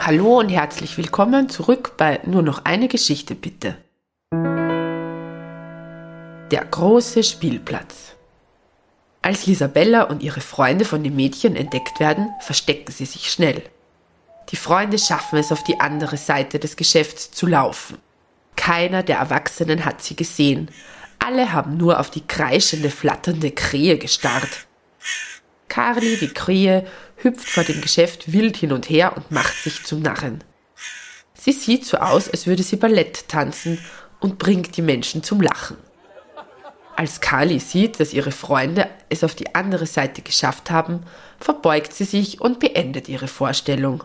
Hallo und herzlich willkommen zurück bei Nur noch eine Geschichte bitte. Der große Spielplatz. Als Lisabella und ihre Freunde von den Mädchen entdeckt werden, verstecken sie sich schnell. Die Freunde schaffen es auf die andere Seite des Geschäfts zu laufen. Keiner der Erwachsenen hat sie gesehen. Alle haben nur auf die kreischende, flatternde Krähe gestarrt. Karli, die Krähe, hüpft vor dem Geschäft wild hin und her und macht sich zum Narren. Sie sieht so aus, als würde sie Ballett tanzen und bringt die Menschen zum Lachen. Als Karli sieht, dass ihre Freunde es auf die andere Seite geschafft haben, verbeugt sie sich und beendet ihre Vorstellung.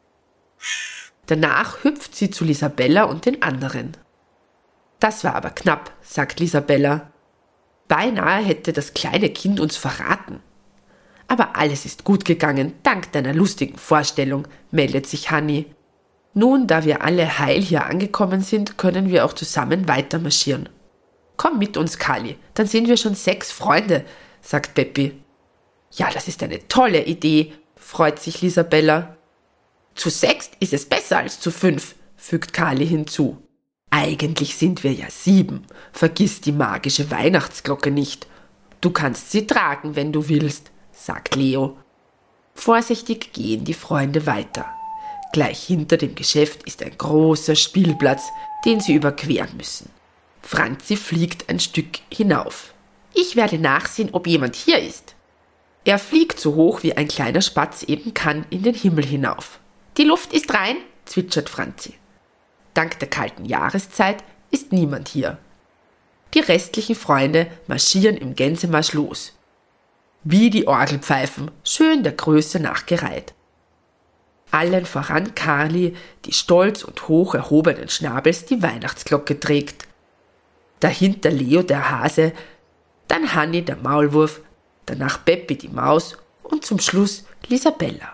Danach hüpft sie zu Lisabella und den anderen. Das war aber knapp, sagt Lisabella. Beinahe hätte das kleine Kind uns verraten. Aber alles ist gut gegangen, dank deiner lustigen Vorstellung, meldet sich Hanni. Nun, da wir alle heil hier angekommen sind, können wir auch zusammen weitermarschieren. Komm mit uns, Karli, dann sind wir schon 6 Freunde, sagt Peppi. Ja, das ist eine tolle Idee, freut sich Lisabella. Zu 6 ist es besser als zu 5, fügt Karli hinzu. Eigentlich sind wir ja 7, vergiss die magische Weihnachtsglocke nicht. Du kannst sie tragen, wenn du willst, sagt Leo. Vorsichtig gehen die Freunde weiter. Gleich hinter dem Geschäft ist ein großer Spielplatz, den sie überqueren müssen. Franzi fliegt ein Stück hinauf. Ich werde nachsehen, ob jemand hier ist. Er fliegt so hoch, wie ein kleiner Spatz eben kann, in den Himmel hinauf. Die Luft ist rein, zwitschert Franzi. Dank der kalten Jahreszeit ist niemand hier. Die restlichen Freunde marschieren im Gänsemarsch los. Wie die Orgelpfeifen, schön der Größe nach gereiht. Allen voran Karli, die stolz und hoch erhobenen Schnabels die Weihnachtsglocke trägt. Dahinter Leo der Hase, dann Hanni der Maulwurf, danach Peppi die Maus und zum Schluss Lisabella.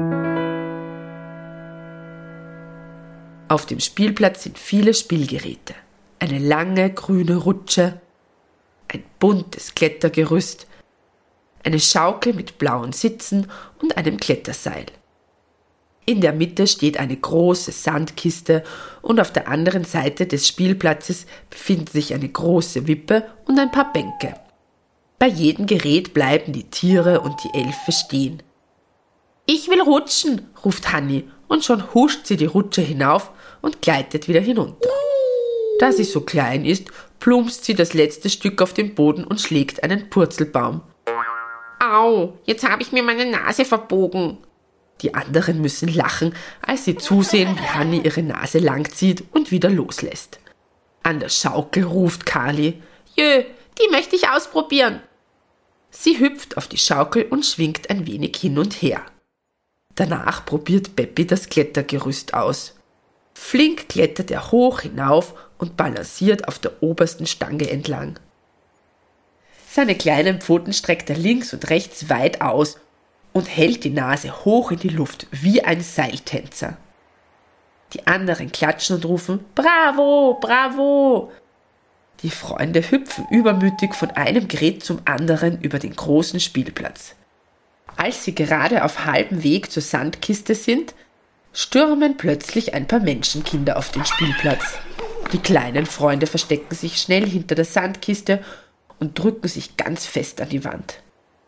Auf dem Spielplatz sind viele Spielgeräte, eine lange grüne Rutsche, ein buntes Klettergerüst, eine Schaukel mit blauen Sitzen und einem Kletterseil. In der Mitte steht eine große Sandkiste und auf der anderen Seite des Spielplatzes befinden sich eine große Wippe und ein paar Bänke. Bei jedem Gerät bleiben die Tiere und die Elfe stehen. »Ich will rutschen«, ruft Hanni, und schon huscht sie die Rutsche hinauf und gleitet wieder hinunter. Da sie so klein ist, plumpst sie das letzte Stück auf den Boden und schlägt einen Purzelbaum. »Au, jetzt habe ich mir meine Nase verbogen.« Die anderen müssen lachen, als sie zusehen, wie Hanni ihre Nase langzieht und wieder loslässt. An der Schaukel ruft Karli, »Jö, die möchte ich ausprobieren.« Sie hüpft auf die Schaukel und schwingt ein wenig hin und her. Danach probiert Peppi das Klettergerüst aus. Flink klettert er hoch hinauf und balanciert auf der obersten Stange entlang. Seine kleinen Pfoten streckt er links und rechts weit aus und hält die Nase hoch in die Luft wie ein Seiltänzer. Die anderen klatschen und rufen »Bravo, bravo!« Die Freunde hüpfen übermütig von einem Gerät zum anderen über den großen Spielplatz. Als sie gerade auf halbem Weg zur Sandkiste sind, stürmen plötzlich ein paar Menschenkinder auf den Spielplatz. Die kleinen Freunde verstecken sich schnell hinter der Sandkiste und drücken sich ganz fest an die Wand.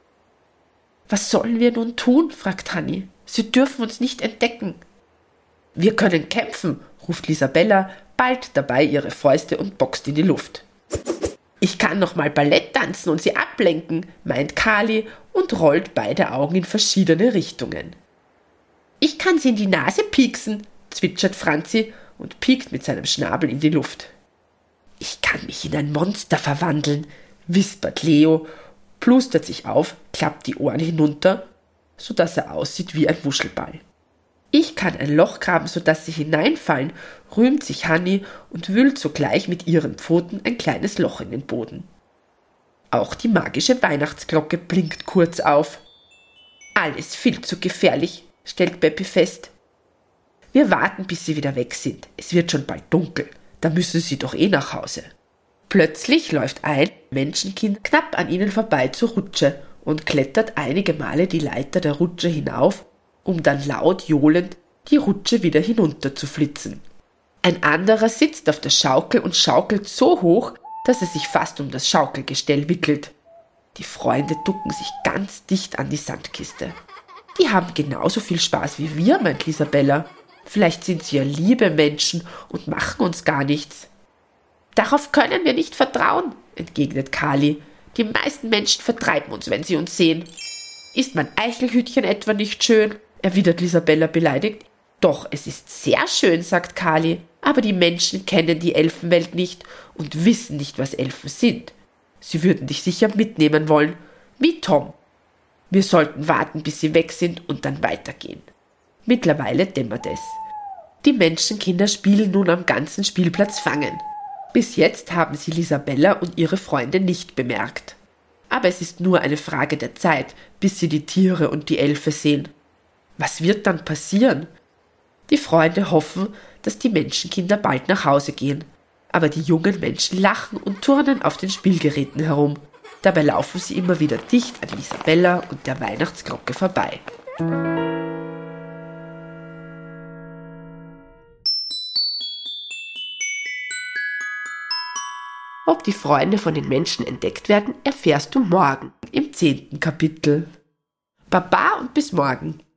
»Was sollen wir nun tun?« fragt Hanni. »Sie dürfen uns nicht entdecken.« »Wir können kämpfen«, ruft Lisabella, ballt dabei ihre Fäuste und boxt in die Luft. »Ich kann noch mal Ballett tanzen und sie ablenken«, meint Karli und rollt beide Augen in verschiedene Richtungen. »Ich kann sie in die Nase pieksen«, zwitschert Franzi und piekt mit seinem Schnabel in die Luft. »Ich kann mich in ein Monster verwandeln«, wispert Leo, plustert sich auf, klappt die Ohren hinunter, sodass er aussieht wie ein Wuschelball. »Ich kann ein Loch graben, sodass sie hineinfallen«, rühmt sich Hanni und wühlt sogleich mit ihren Pfoten ein kleines Loch in den Boden. Auch die magische Weihnachtsglocke blinkt kurz auf. »Alles viel zu gefährlich«, stellt Peppi fest. »Wir warten, bis sie wieder weg sind. Es wird schon bald dunkel. Da müssen sie doch nach Hause.« Plötzlich läuft ein Menschenkind knapp an ihnen vorbei zur Rutsche und klettert einige Male die Leiter der Rutsche hinauf, um dann laut johlend die Rutsche wieder hinunter zu flitzen. Ein anderer sitzt auf der Schaukel und schaukelt so hoch, dass er sich fast um das Schaukelgestell wickelt. Die Freunde ducken sich ganz dicht an die Sandkiste. Die haben genauso viel Spaß wie wir, meint Lisabella. Vielleicht sind sie ja liebe Menschen und machen uns gar nichts. Darauf können wir nicht vertrauen, entgegnet Kali. Die meisten Menschen vertreiben uns, wenn sie uns sehen. Ist mein Eichelhütchen etwa nicht schön? Erwidert Lisabella beleidigt. Doch, es ist sehr schön, sagt Kali, aber die Menschen kennen die Elfenwelt nicht und wissen nicht, was Elfen sind. Sie würden dich sicher mitnehmen wollen, wie Tom. Wir sollten warten, bis sie weg sind und dann weitergehen. Mittlerweile dämmert es. Die Menschenkinder spielen nun am ganzen Spielplatz Fangen. Bis jetzt haben sie Lisabella und ihre Freunde nicht bemerkt. Aber es ist nur eine Frage der Zeit, bis sie die Tiere und die Elfe sehen. Was wird dann passieren? Die Freunde hoffen, dass die Menschenkinder bald nach Hause gehen. Aber die jungen Menschen lachen und turnen auf den Spielgeräten herum. Dabei laufen sie immer wieder dicht an Lisabella und der Weihnachtsglocke vorbei. Ob die Freunde von den Menschen entdeckt werden, erfährst du morgen im 10. Kapitel. Baba und bis morgen.